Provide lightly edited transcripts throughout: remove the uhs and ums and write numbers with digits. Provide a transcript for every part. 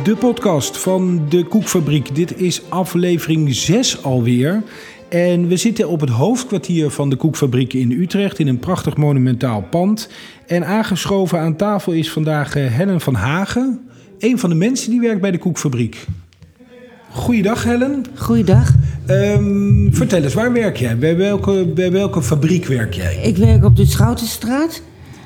de podcast van de Koekfabriek. Dit is aflevering 6 alweer. En we zitten op het hoofdkwartier van de Koekfabriek in Utrecht in een prachtig monumentaal pand. En aangeschoven aan tafel is vandaag Helen van Hagen, een van de mensen die werkt bij de Koekfabriek. Goeiedag Helen. Goeiedag. Vertel eens, waar werk jij? Bij welke fabriek werk jij? Ik werk op de Schoutenstraat.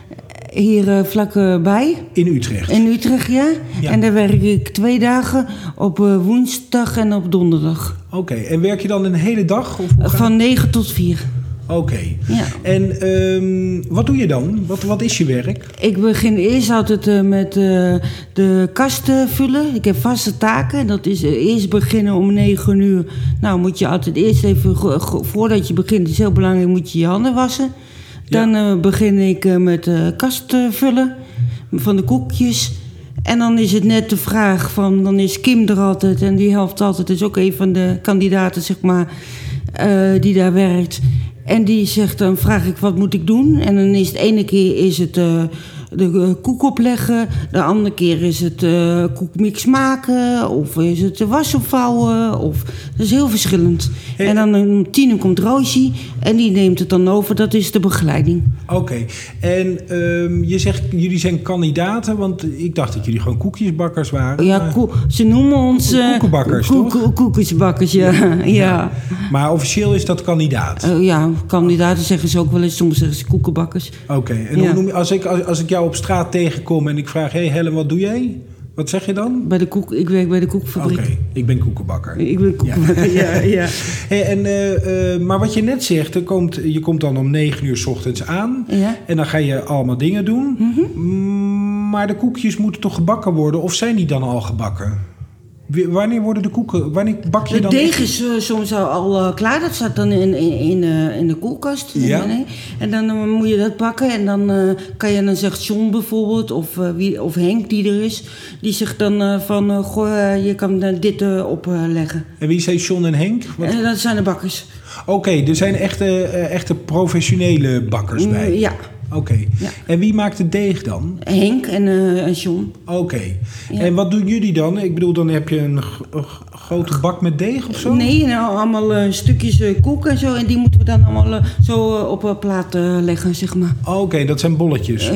Hier vlakbij. In Utrecht? In Utrecht, ja. En daar werk ik 2 dagen op woensdag en op donderdag. Oké, en werk je dan een hele dag? Of van 9 tot 4. Oké. Ja. En wat doe je dan? Wat is je werk? Ik begin eerst altijd met de kasten vullen. Ik heb vaste taken. Dat is eerst beginnen om 9 uur. Nou, moet je altijd eerst even, voordat je begint, is heel belangrijk, moet je je handen wassen. Dan begin ik met kasten vullen van de koekjes. En dan is het net de vraag van, dan is Kim er altijd. En die helpt altijd, is ook een van de kandidaten, zeg maar, die daar werkt. En die zegt, dan vraag ik, wat moet ik doen? En dan is het ene keer is het de koek opleggen. De andere keer is het koekmix maken. Of is het de was opvouwen. Dat is heel verschillend. Hey. En dan om 10 uur komt Roosje. En die neemt het dan over. Dat is de begeleiding. Oké. En je zegt, jullie zijn kandidaten. Want ik dacht dat jullie gewoon koekjesbakkers waren. Ja, ze noemen ons... koekenbakkers, toch? Koekjesbakkers, ja. Maar officieel is dat kandidaat? Ja, kandidaten zeggen ze ook wel eens. Soms zeggen ze koekenbakkers. Oké. En hoe noem je, als ik jou op straat tegenkom en ik vraag, hey Helen, wat doe jij? Wat zeg je dan? Ik werk bij de Koekfabriek. Oké, ik ben koekenbakker. Ik ben koekenbakker, ja. Hey, maar wat je net zegt, je komt dan om 9 uur 's ochtends aan. Ja. En dan ga je allemaal dingen doen. Mm-hmm. Maar de koekjes moeten toch gebakken worden? Of zijn die dan al gebakken? Wanneer bak je dan? De deeg is soms al klaar. Dat staat dan in de koelkast. Ja. En dan moet je dat bakken. En dan kan je, dan zegt John bijvoorbeeld, of Henk die er is, die zegt dan je kan dit opleggen. En wie zijn John en Henk? Dat zijn de bakkers. Oké, er zijn echte professionele bakkers bij. Ja. Oké. Ja. En wie maakt de deeg dan? Henk en John. Oké. Ja. En wat doen jullie dan? Ik bedoel, dan heb je een grote bak met deeg of zo? Nee, allemaal stukjes koek en zo. En die moeten we dan allemaal zo op een plaat leggen, zeg maar. Oké, dat zijn bolletjes?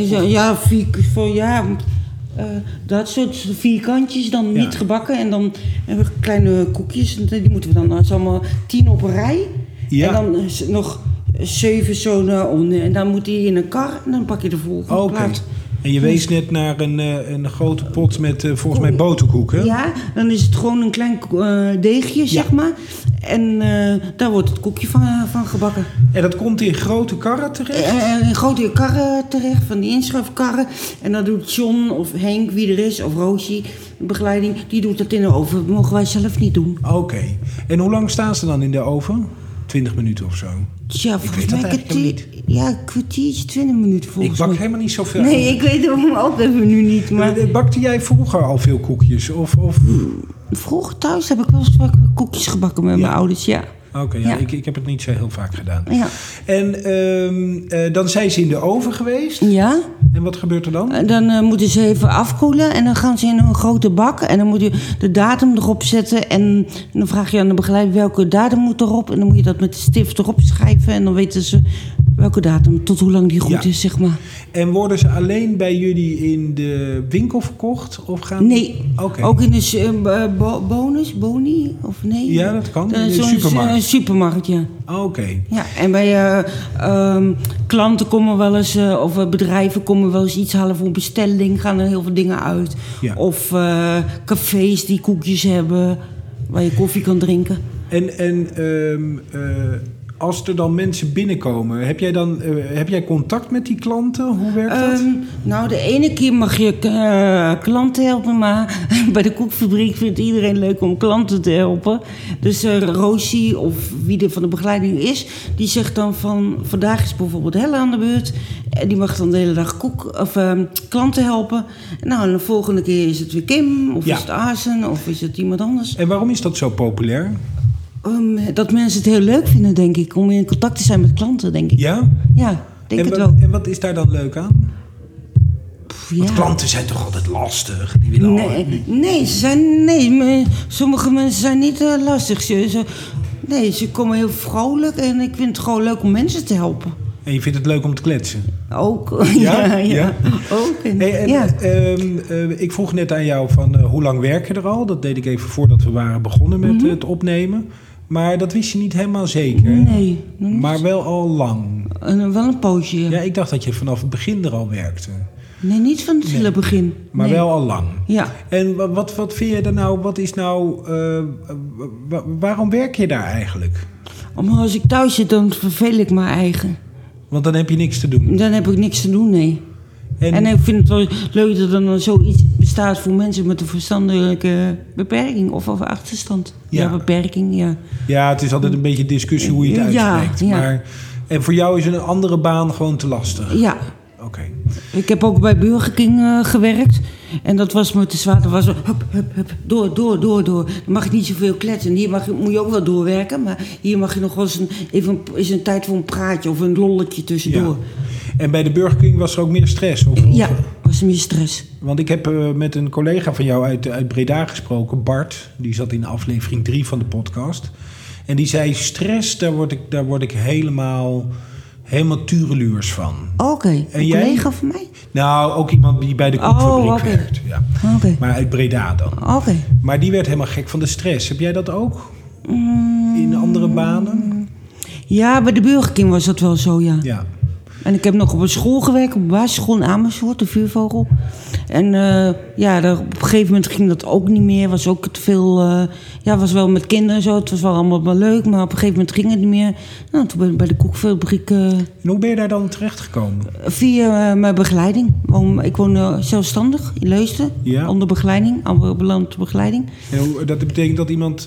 Dat soort vierkantjes, dan niet gebakken. En dan hebben we kleine koekjes. En die moeten we dan allemaal 10 op een rij. Ja. En dan nog 7 zonen onder. En dan moet die in een kar en dan pak je de volgende plaat. En je wees net naar een grote pot met volgens mij boterkoeken. Ja, dan is het gewoon een klein deegje, zeg maar. En daar wordt het koekje van gebakken. En dat komt in grote karren terecht? In grote karren terecht, van die inschuifkarren. En dan doet John of Henk, wie er is, of Roosje, begeleiding, die doet dat in de oven. Dat mogen wij zelf niet doen. Oké. En hoe lang staan ze dan in de oven? 20 minuten of zo? Ja, volgens mij een kwartiertje, 20 minuten volgens mij. Ik bak helemaal niet zoveel. Nee, ik weet het ook even nu niet. Maar... Bakte jij vroeger al veel koekjes? Of... Vroeger thuis heb ik wel eens koekjes gebakken met mijn ouders, ja. Oké, ik heb het niet zo heel vaak gedaan. Ja. En dan zijn ze in de oven geweest? Ja. En wat gebeurt er dan? Dan moeten ze even afkoelen en dan gaan ze in een grote bak. En dan moet je de datum erop zetten. En dan vraag je aan de begeleider welke datum moet erop. En dan moet je dat met de stift erop schrijven. En dan weten ze welke datum, tot hoe lang die goed is, zeg maar. En worden ze alleen bij jullie in de winkel verkocht? Of gaan... Nee, ook in de boni, of nee? Ja, dat kan. In de supermarkt. Een supermarkt, ja. Oké. Ja, en bij klanten komen wel eens, of bedrijven komen wel eens iets halen voor bestelling. Gaan er heel veel dingen uit. Ja. Of cafés die koekjes hebben, waar je koffie kan drinken. Als er dan mensen binnenkomen, heb jij contact met die klanten? Hoe werkt dat? Nou, de ene keer mag je klanten helpen, maar bij de Koekfabriek vindt iedereen leuk om klanten te helpen. Dus Roosje of wie er van de begeleiding is, die zegt dan van, vandaag is bijvoorbeeld Helle aan de beurt. En die mag dan de hele dag klanten helpen. Nou, en de volgende keer is het weer Kim, of is het Azen, of is het iemand anders. En waarom is dat zo populair? Dat mensen het heel leuk vinden, denk ik. Om in contact te zijn met klanten, denk ik. Ja? Ja, denk het wel. En wat is daar dan leuk aan? Want klanten zijn toch altijd lastig? Die willen sommige mensen zijn niet lastig. Ze komen heel vrolijk en ik vind het gewoon leuk om mensen te helpen. En je vindt het leuk om te kletsen? Ook, ja. Ook. Ik vroeg net aan jou van hoe lang werk je er al? Dat deed ik even voordat we waren begonnen met het opnemen. Maar dat wist je niet helemaal zeker? Nee. Maar wel al lang? Wel een poosje, ja. Ja, ik dacht dat je vanaf het begin er al werkte. Nee, niet van het hele begin. Maar wel al lang? Ja. En wat vind je er nou, waarom werk je daar eigenlijk? Omdat als ik thuis zit, dan verveel ik mijn eigen. Want dan heb je niks te doen? Dan heb ik niks te doen, nee. En ik vind het wel leuk dat er dan zoiets bestaat voor mensen met een verstandelijke beperking of achterstand. Ja, beperking, ja. Ja, het is altijd een beetje discussie hoe je het uitspreekt. Ja. Maar, en voor jou is een andere baan gewoon te lastig? Ja. Oké. Ik heb ook bij Burger King gewerkt. En dat was me te zwaar. Dat was zo, hup, door. Dan mag je niet zoveel kletsen. Hier moet je ook wel doorwerken. Maar hier mag je nog wel eens een tijd voor een praatje of een lolletje tussendoor. Ja. En bij de Burger King was er ook meer stress? Ja, was er meer stress. Want ik heb met een collega van jou uit Breda gesproken, Bart. Die zat in aflevering 3 van de podcast. En die zei, stress, daar word ik helemaal tureluurs van. Oké. Een collega van mij? Nou, ook iemand die bij de koekfabriek werkt. Ja. Okay. Maar uit Breda dan. Oké. Maar die werd helemaal gek van de stress. Heb jij dat ook? In andere banen? Ja, bij de Burger King was dat wel zo, ja. En ik heb nog op een school gewerkt, op een basisschool in Amersfoort, de Vuurvogel. En op een gegeven moment ging dat ook niet meer. Was ook te veel. Was wel met kinderen en zo. Het was wel allemaal wel leuk, maar op een gegeven moment ging het niet meer. Nou, toen ben ik bij de koekfabriek. En hoe ben je daar dan terechtgekomen? Via mijn begeleiding. Ik woon zelfstandig in Leusden. Ja. Onder begeleiding, ambulante begeleiding. En dat betekent dat iemand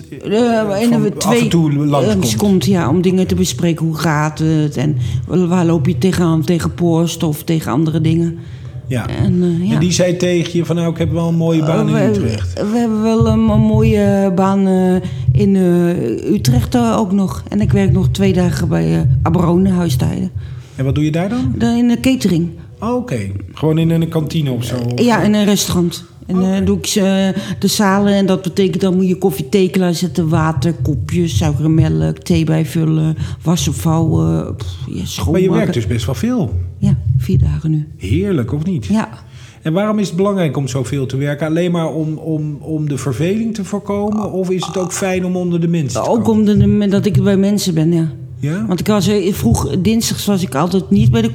af en toe langskomt? Komt, ja, om dingen te bespreken. Hoe gaat het? En waar loop je tegenaan? Tegen post of tegen andere dingen. Ja. En die zei tegen je van ik heb wel een mooie baan in Utrecht. We hebben wel een mooie baan in Utrecht ook nog. En ik werk nog 2 dagen bij Abrone Huistijden. En wat doe je daar dan? In de catering. Oh, oké. Gewoon in een kantine of zo? Ja, in een restaurant. En doe ik de zalen en dat betekent dan moet je koffie, thee klaarzetten, water, kopjes, suiker en melk, thee bijvullen, wassen, vouwen, schoonmaken. Maar je werkt dus best wel veel. Ja, 4 dagen nu. Heerlijk, of niet? Ja. En waarom is het belangrijk om zoveel te werken? Alleen maar om de verveling te voorkomen? Of is het ook fijn om onder de mensen te komen? Ook dat ik bij mensen ben, ja. Ja? Want dinsdags was ik altijd niet bij de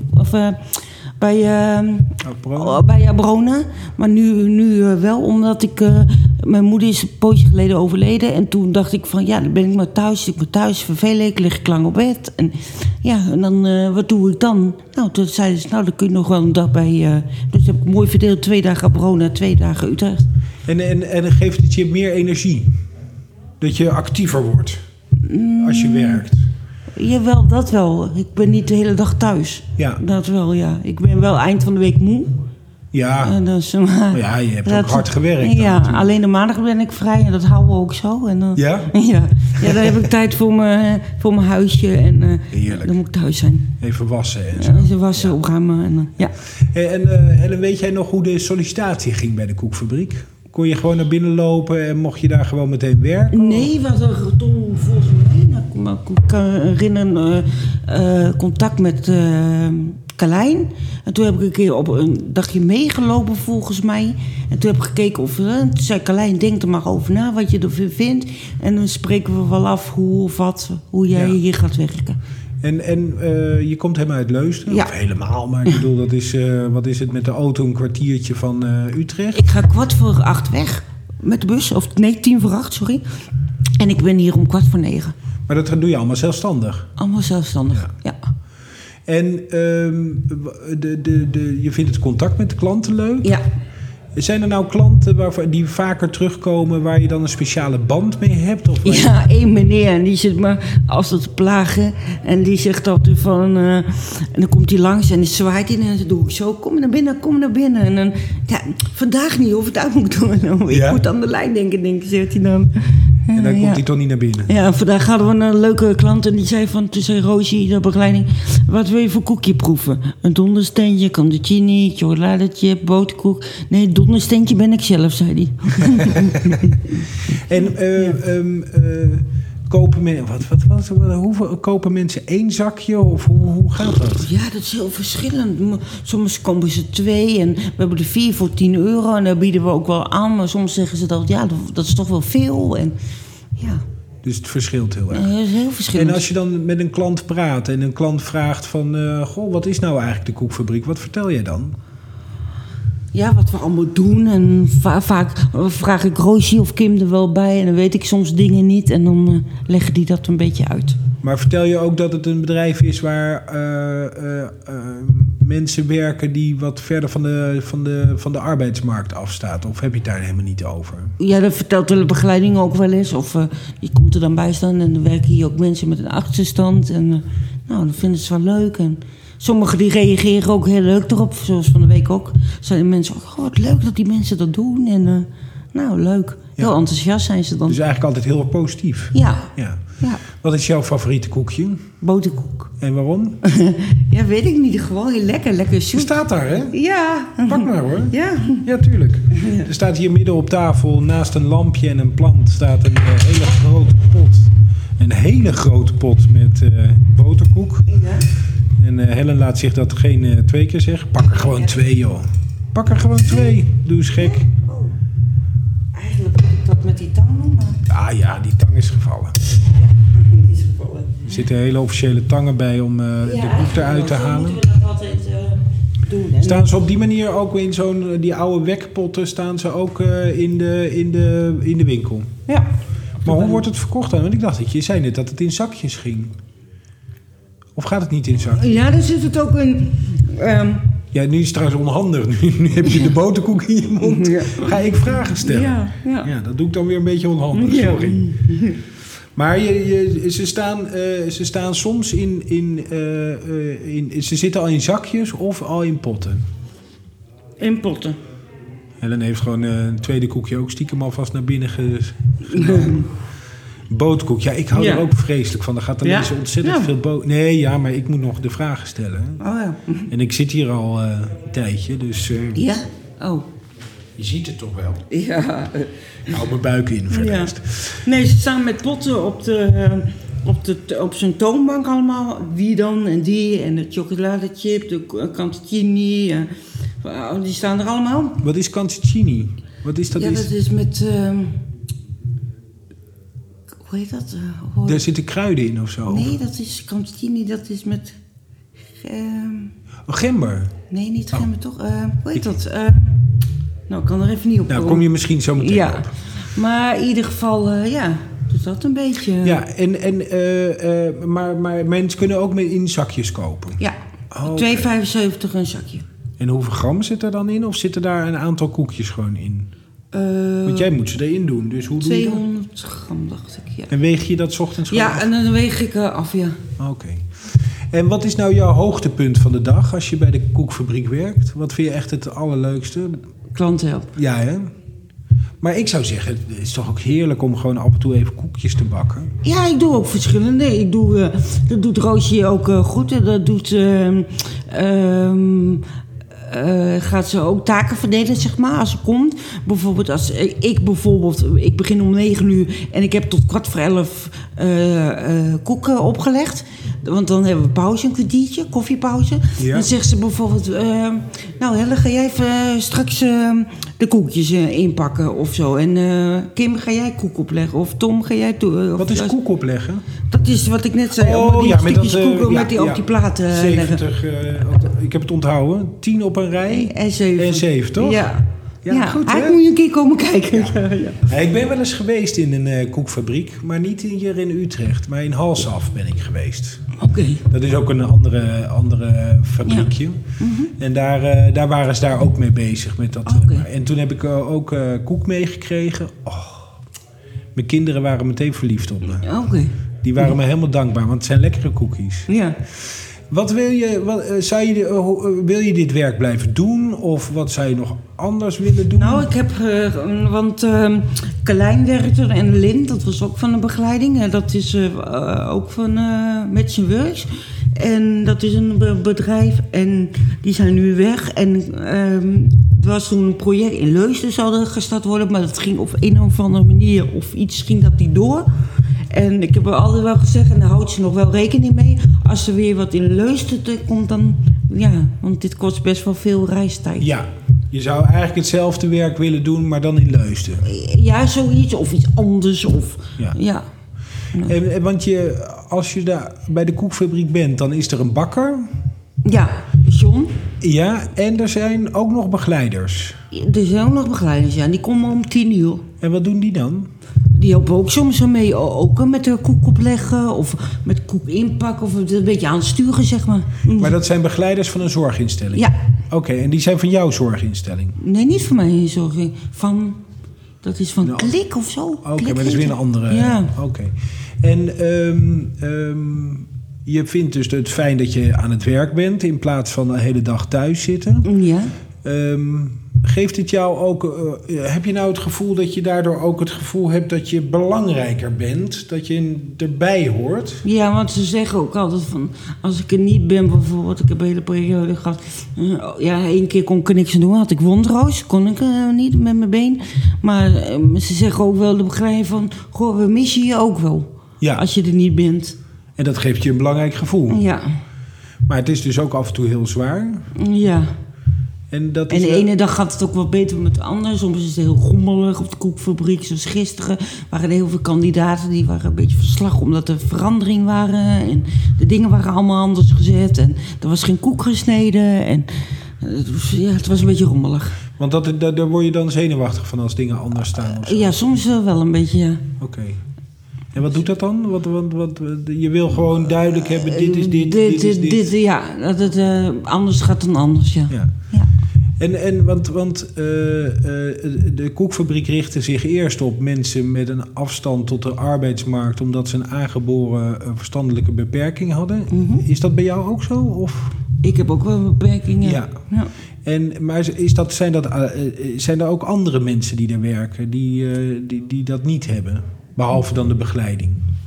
bij Abrone. Maar nu wel, omdat mijn moeder is een poosje geleden overleden. En toen dacht ik van, dan ben ik maar thuis. Ik ben thuis, verveel ik, lig ik lang op bed. En dan, wat doe ik dan? Nou, toen zeiden ze, dan kun je nog wel een dag bij... dus heb ik mooi verdeeld, 2 dagen Abrone, 2 dagen Utrecht. En geeft het je meer energie? Dat je actiever wordt als je werkt? Jawel, dat wel. Ik ben niet de hele dag thuis. Ja. Dat wel, ja. Ik ben wel eind van de week moe. Ja. Maar je hebt ook hard gewerkt. Ja, alleen de maandag ben ik vrij en dat houden we ook zo. En dan, ja? Ja, dan heb ik tijd voor mijn huisje en heerlijk. Dan moet ik thuis zijn. Even wassen en zo. Even wassen, opruimen en ja. Helen, weet jij nog hoe de sollicitatie ging bij de koekfabriek? Kon je gewoon naar binnen lopen en mocht je daar gewoon meteen werken? Nee, we hadden toen volgens mij, ik kan herinneren, contact met Carlijn. En toen heb ik een keer op een dagje meegelopen volgens mij. En toen heb ik gekeken of... Toen zei Carlijn, denk er maar over na wat je ervan vindt. En dan spreken we wel af hoe jij hier gaat werken. En je komt helemaal uit Leusden? Ja. Of helemaal, maar ik bedoel, dat is, wat is het met de auto, een kwartiertje van Utrecht? Ik ga 7:15 weg met de bus. Of nee, 7:10, sorry. En ik ben hier om 8:45. Maar dat doe je allemaal zelfstandig? Allemaal zelfstandig, ja. En je vindt het contact met de klanten leuk? Ja. Zijn er nou klanten die vaker terugkomen waar je dan een speciale band mee hebt? Of ja, één meneer en die zit me altijd te plagen. En die zegt altijd van... en dan komt hij langs en dan zwaait hij en dan doe ik zo... Kom naar binnen. En dan... Ja, vandaag niet of het uit moet doen. Ik moet aan de lijn denken, zegt hij dan. En dan komt hij toch niet naar binnen. Ja, vandaag hadden we een leuke klant en die zei tussen Roosje, de begeleiding, wat wil je voor koekje proeven? Een dondersteentje, cantuccini, chocoladechip, boterkoek. Nee, dondersteentje ben ik zelf, zei hij. En kopen mensen 1 zakje of hoe gaat dat? Ja, dat is heel verschillend. Soms komen ze 2 en we hebben er 4 voor €10 en daar bieden we ook wel aan. Maar soms zeggen ze dat, ja, dat is toch wel veel. En, ja. Dus het verschilt heel erg. Ja, dat is heel verschillend. En als je dan met een klant praat en een klant vraagt van... wat is nou eigenlijk de koekfabriek? Wat vertel jij dan? Ja, wat we allemaal doen. En vaak vraag ik Roosje of Kim er wel bij. En dan weet ik soms dingen niet. En dan leggen die dat een beetje uit. Maar vertel je ook dat het een bedrijf is waar mensen werken... die wat verder van de arbeidsmarkt afstaat? Of heb je het daar helemaal niet over? Ja, dat vertelt de begeleiding ook wel eens. Of je komt er dan bij staan. En dan werken hier ook mensen met een achterstand. En dan vinden ze het wel leuk. En sommigen die reageren ook heel leuk erop. Zoals van de week ook. Zijn mensen ook, wat leuk dat die mensen dat doen. En leuk. Heel enthousiast zijn ze dan. Dus eigenlijk altijd heel positief. Ja. Wat is jouw favoriete koekje? Boterkoek. En waarom? Ja, weet ik niet. Gewoon heel lekker zoet. Je staat daar, hè? Ja. Pak maar, hoor. Ja, tuurlijk. Ja. Er staat hier midden op tafel, naast een lampje en een plant... staat een hele grote pot. Een hele grote pot met boterkoek. Ja. En Helen laat zich dat geen 2 keer zeggen. Pak er gewoon 2, joh. Pak er gewoon 2. Doe eens gek. Oh. Eigenlijk moet ik dat met die tang doen, maar... Ah ja, die tang is gevallen. Die is gevallen. Er zitten hele officiële tangen bij om de koek eruit te halen. Moeten we dat altijd doen. Hè? Staan ze op die manier ook in die oude wekpotten... staan ze ook in de winkel? Ja. Maar hoe wordt het verkocht dan? Want ik dacht dat je zei net dat het in zakjes ging. Of gaat het niet in zakjes? Ja, daar zit het ook in... Ja, nu is het trouwens onhandig. Nu heb je de boterkoek in je mond. Ja. Ga ik vragen stellen? Ja, dat doe ik dan weer een beetje onhandig. Sorry. Maar ze staan soms ze zitten al in zakjes of al in potten? In potten. Helen heeft gewoon een tweede koekje ook stiekem alvast naar binnen gedaan. Boterkoek, ja, ik hou er ook vreselijk van. Er gaat dan niet zo ontzettend veel boter... Nee, ja, maar ik moet nog de vragen stellen. Oh ja. En ik zit hier al een tijdje, dus... ja? Oh. Je ziet het toch wel? Ja. Hou mijn buik in, verrest. Nee, ze staan met potten op zijn toonbank allemaal. Die dan en die. En de chocoladechip, de cantuccini. Die staan er allemaal. Wat is cantuccini? Wat is dat? Ja, dat is met... hoe heet dat? Daar zitten kruiden in of zo? Nee, dat is cantuccini. Dat is met... gember? Nee, niet gember, toch? Hoe heet dat? Ik kan er even niet op komen. Nou, kom je misschien zo meteen op. Maar in ieder geval, dus dat een beetje... Ja, maar mensen kunnen ook in zakjes kopen? Ja, okay. €2,75 een zakje. En hoeveel gram zit er dan in? Of zitten daar een aantal koekjes gewoon in? Want jij moet ze erin doen, dus hoe doe je dat? 200 gram, dacht ik, ja. En weeg je dat 's ochtends gewoon af? Ja, en dan weeg ik af, ja. Oké. En wat is nou jouw hoogtepunt van de dag als je bij de koekfabriek werkt? Wat vind je echt het allerleukste? Klanten helpen. Ja, hè? Maar ik zou zeggen, het is toch ook heerlijk om gewoon af en toe even koekjes te bakken? Ja, ik doe ook verschillende. Dat doet Roosje ook goed. Dat doet... gaat ze ook taken verdelen, zeg maar, als ze komt. Bijvoorbeeld, ik begin om 9:00 en ik heb tot 11:15 koeken opgelegd. Want dan hebben we pauze, een kwartiertje, koffiepauze. Ja. Dan zegt ze bijvoorbeeld... Helle, ga jij even straks de koekjes inpakken of zo. En Kim, ga jij koek opleggen? Of Tom, ga jij... Wat is koek opleggen? Dat is wat ik net zei. Die stukjes koeken op die platen 70, leggen. Ik heb het onthouden. 10 op een rij. En 7. En 7, toch? Ja. Ja, goed, hè? Moet je een keer komen kijken. Ja, ik ben wel eens geweest in een koekfabriek, maar niet hier in Utrecht, maar in Halsaf ben ik geweest. Oké. Dat is ook een andere fabriekje. Ja. Mm-hmm. En daar waren ze daar ook mee bezig. Met dat, en toen heb ik ook koek meegekregen. Oh, mijn kinderen waren meteen verliefd op me. Oké. Die waren me helemaal dankbaar, want het zijn lekkere koekjes. Ja. Wat wil je, wil je dit werk blijven doen? Of wat zou je nog anders willen doen? Nou, ik heb... want Carlijn werkte er en Lin, dat was ook van de begeleiding. Dat is ook van Match & Works. En dat is een bedrijf en die zijn nu weg. En er was toen een project in Leusden zou er gestart worden. Maar dat ging op een of andere manier of iets ging dat niet door. En ik heb er altijd wel gezegd, en daar houdt ze nog wel rekening mee. Als er weer wat in Leusden komt, dan... Ja, want dit kost best wel veel reistijd. Ja, je zou eigenlijk hetzelfde werk willen doen, maar dan in Leusden. Ja, zoiets. Of iets anders. Of, ja. Want als je daar bij de koekfabriek bent, dan is er een bakker. Ja, John. Ja, en er zijn ook nog begeleiders. Er zijn ook nog begeleiders, ja. Die komen om 10:00. En wat doen die dan? Die helpen ook soms mee, ook met de koek opleggen of met koek inpakken of een beetje aansturen, zeg maar. Maar dat zijn begeleiders van een zorginstelling? Ja. Oké, en die zijn van jouw zorginstelling? Nee, niet van mij zorg. Dat is van Klik of zo. Oké, maar dat is weer een andere... Ja. Oké. En je vindt dus het fijn dat je aan het werk bent in plaats van de hele dag thuis zitten. Ja. Geeft het jou ook... heb je nou het gevoel dat je daardoor ook het gevoel hebt dat je belangrijker bent? Dat je erbij hoort? Ja, want ze zeggen ook altijd van... Als ik er niet ben bijvoorbeeld... Ik heb een hele periode gehad... 1 keer kon ik niks doen. Had ik wondroos. Kon ik niet met mijn been. Maar ze zeggen ook wel de begeleiding van... Goh, we missen je ook wel. Ja. Als je er niet bent. En dat geeft je een belangrijk gevoel. Ja. Maar het is dus ook af en toe heel zwaar. Ja. En de ene dag gaat het ook wat beter met de andere. Soms is het heel rommelig op de koekfabriek. Zoals gisteren waren er heel veel kandidaten die waren een beetje van slag omdat er verandering waren. En de dingen waren allemaal anders gezet. En er was geen koek gesneden. En het was een beetje rommelig. Want daar word je dan zenuwachtig van als dingen anders staan? Of zo? Ja, soms wel een beetje, ja. Oké. En wat doet dat dan? Wat, je wil gewoon duidelijk hebben, dit is dit, dit is dit. Ja, dat het anders gaat dan anders, ja. Want de koekfabriek richtte zich eerst op mensen met een afstand tot de arbeidsmarkt... omdat ze een aangeboren verstandelijke beperking hadden. Mm-hmm. Is dat bij jou ook zo? Of? Ik heb ook wel een beperking, ja. Maar zijn er ook andere mensen die daar werken die dat niet hebben? Behalve dan de begeleiding?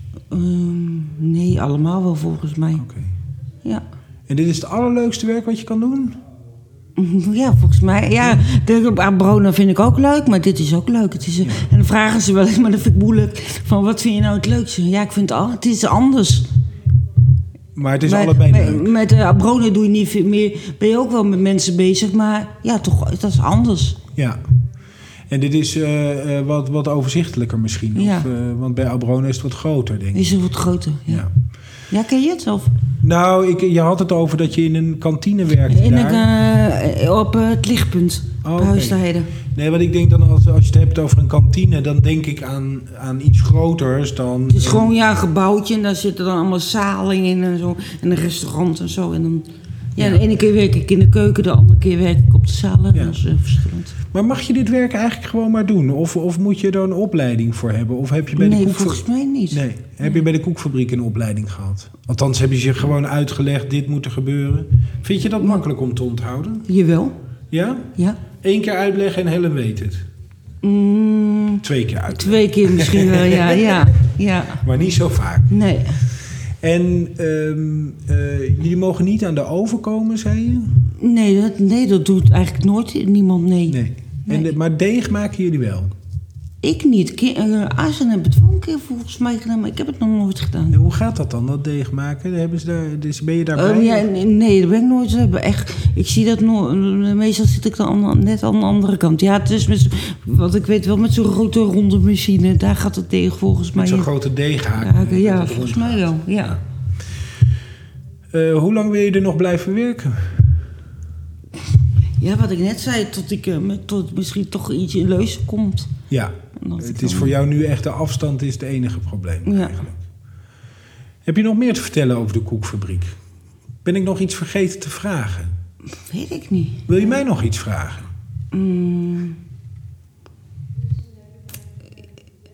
Nee, allemaal wel volgens mij. Oké. Ja. En dit is het allerleukste werk wat je kan doen? Ja, volgens mij. Ja, de Abrona vind ik ook leuk, maar dit is ook leuk. Het is, En dan vragen ze wel eens, maar dat vind ik moeilijk. Van, wat vind je nou het leukste? Ja, ik vind het is anders. Maar het is allebei leuk. Met de Abrona doe je niet veel meer. Ben je ook wel met mensen bezig, maar ja, toch, dat is anders. Ja. En dit is wat overzichtelijker misschien. Ja. Want bij Abrona is het wat groter, denk ik. Is het wat groter, ja. Ja, ken je het? Of? Nou, je had het over dat je in een kantine werkte op het lichtpunt, op Huisstijden. Nee, want ik denk dan als je het hebt over een kantine... dan denk ik aan iets groters dan... Het is gewoon een gebouwtje en daar zitten dan allemaal zalen in en zo. En een restaurant en zo. En dan... Ja, de ene keer werk ik in de keuken, de andere keer werk ik op de zalen. Ja. Dat is verschillend. Maar mag je dit werk eigenlijk gewoon maar doen? Of moet je er een opleiding voor hebben? Of heb je bij volgens mij niet. Nee. Heb je bij de koekfabriek een opleiding gehad? Althans, heb je je gewoon uitgelegd, dit moet er gebeuren. Vind je dat makkelijk om te onthouden? Jawel. Ja? Ja. 1 keer uitleggen en Helen weet het? 2 keer uitleggen? 2 keer misschien wel, ja. Maar niet zo vaak? Nee. En jullie mogen niet aan de oven komen, zei je? Nee, dat doet eigenlijk nooit niemand, nee. Maar deeg maken jullie wel? Ik niet. Azen hebben het wel een keer volgens mij gedaan, maar ik heb het nog nooit gedaan. En hoe gaat dat dan, dat deeg maken? Ben je daarbij? Nee, dat ben ik nooit. Ik zie dat meestal zit ik dan net aan de andere kant. Ja, het is wat ik weet wel met zo'n grote ronde machine. Daar gaat het deeg volgens mij. Met zo'n grote deeghaken. Ja, volgens mij wel, ja. Hoe lang wil je er nog blijven werken? Ja, wat ik net zei, tot misschien toch iets in Leusden komt. Ja, het is voor jou nu echt de afstand is het enige probleem eigenlijk. Heb je nog meer te vertellen over de koekfabriek? Ben ik nog iets vergeten te vragen? Weet ik niet. Wil je mij nog iets vragen?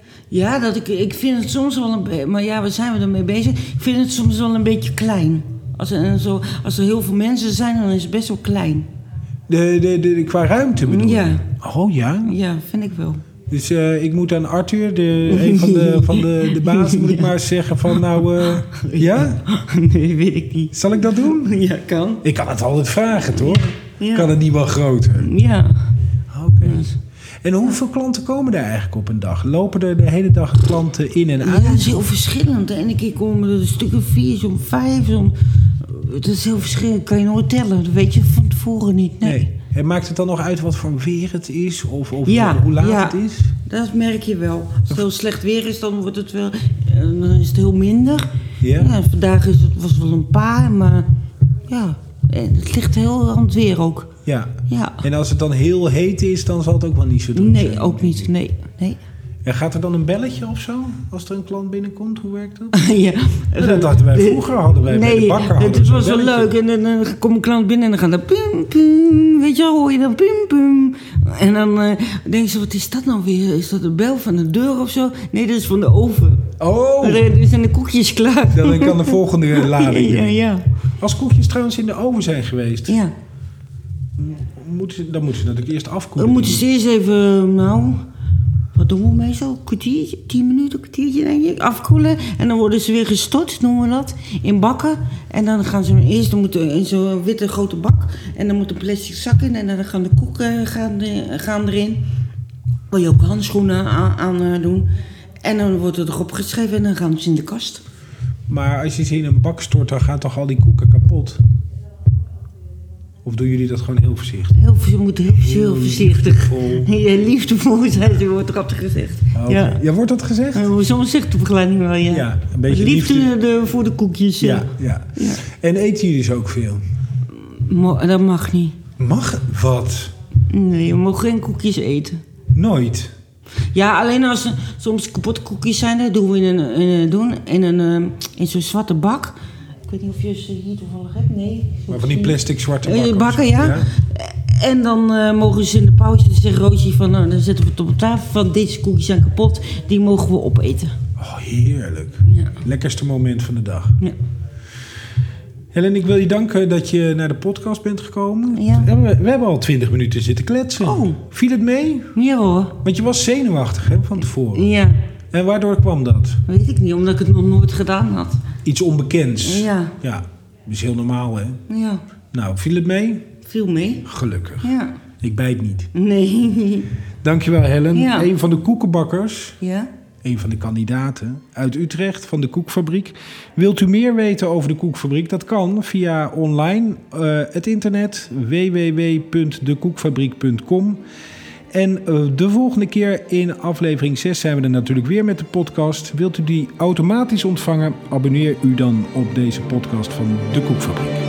Ja, ik vind het soms wel maar ja, waar zijn we ermee bezig? Ik vind het soms wel een beetje klein. Als er heel veel mensen zijn, dan is het best wel klein. Qua ruimte bedoel je? Ja. Oh ja? Ja, vind ik wel. Dus ik moet aan Arthur, een van de bazen, moet ik maar eens zeggen van ja? Nee, weet ik niet. Zal ik dat doen? Ja, kan. Ik kan het altijd vragen, toch? Ja. Kan het niet wel groter? Ja. Oké. En hoeveel klanten komen er eigenlijk op een dag? Lopen er de hele dag klanten in en uit? Ja, dat is heel verschillend. De ene keer komen er een stuk of 4, zo'n 5. Dat is heel verschillend. Kan je nooit tellen. Dat weet je van tevoren niet. Nee. En maakt het dan nog uit wat voor weer het is? Of hoe laat het is? Dat merk je wel. Als het heel slecht weer is, dan wordt het wel... Dan is het heel minder. Ja, vandaag was het wel een paar, maar... Ja, het ligt heel aan het weer ook. Ja. En als het dan heel heet is, dan zal het ook wel niet zo doen zijn? Nee, ook niet. Nee. En gaat er dan een belletje of zo? Als er een klant binnenkomt, hoe werkt dat? Ja. Dat hadden wij vroeger bij de bakker. Het was wel leuk. En dan komt een klant binnen en dan gaat er pum, pum. Weet je wel, hoor je dan pum, pum. En dan denk je, wat is dat nou weer? Is dat de bel van de deur of zo? Nee, dat is van de oven. Oh! Dan zijn de koekjes klaar. Dan kan de volgende lading. Ja. Als koekjes trouwens in de oven zijn geweest... Ja. Dan moeten ze natuurlijk eerst afkoelen. Dan moeten ze eerst even, wat doen we meestal? Een kwartiertje, 10 minuten, een kwartiertje denk ik. Afkoelen. En dan worden ze weer gestort, noemen we dat. In bakken. En dan gaan ze eerst in zo'n witte grote bak. En dan moet een plastic zak in. En dan gaan de koeken gaan erin. Wil je ook handschoenen aan doen. En dan wordt het erop geschreven en dan gaan ze in de kast. Maar als je ze in een bak stort, dan gaan toch al die koeken kapot? Of doen jullie dat gewoon heel voorzichtig? Je moet heel voorzichtig. Ja, liefdevol zijn ze, wordt er altijd gezegd. Okay. Ja, wordt dat gezegd? Soms zegt de begeleiding wel, ja. Ja, een beetje liefde voor de koekjes. Ja. En eten jullie ze ook veel? Dat mag niet. Mag? Wat? Nee, we mogen geen koekjes eten. Nooit? Ja, alleen als er soms kapotte koekjes zijn, dat doen we in zo'n zwarte bak. Ik weet niet of je ze hier toevallig hebt, nee. Maar van die plastic zwarte bakken, ja. En dan mogen ze in de pauze zeggen, Roosje, van dan zetten we het op de tafel van deze koekjes zijn kapot, die mogen we opeten. Oh, heerlijk. Ja. Lekkerste moment van de dag. Ja. Helen, ik wil je danken dat je naar de podcast bent gekomen. Ja. We hebben al 20 minuten zitten kletsen. Oh. Viel het mee? Ja hoor. Want je was zenuwachtig van tevoren. Ja. En waardoor kwam dat? Weet ik niet, omdat ik het nog nooit gedaan had. Iets onbekends. Ja. Ja, dat is heel normaal, hè? Ja. Nou, viel het mee? Viel mee. Gelukkig. Ja. Ik bijt niet. Nee. Dankjewel, Helen. Ja. Een van de koekenbakkers. Ja. Een van de kandidaten uit Utrecht van de Koekfabriek. Wilt u meer weten over de Koekfabriek? Dat kan via online, het internet, www.dekoekfabriek.com. En de volgende keer in aflevering 6 zijn we er natuurlijk weer met de podcast. Wilt u die automatisch ontvangen? Abonneer u dan op deze podcast van de Koekfabriek.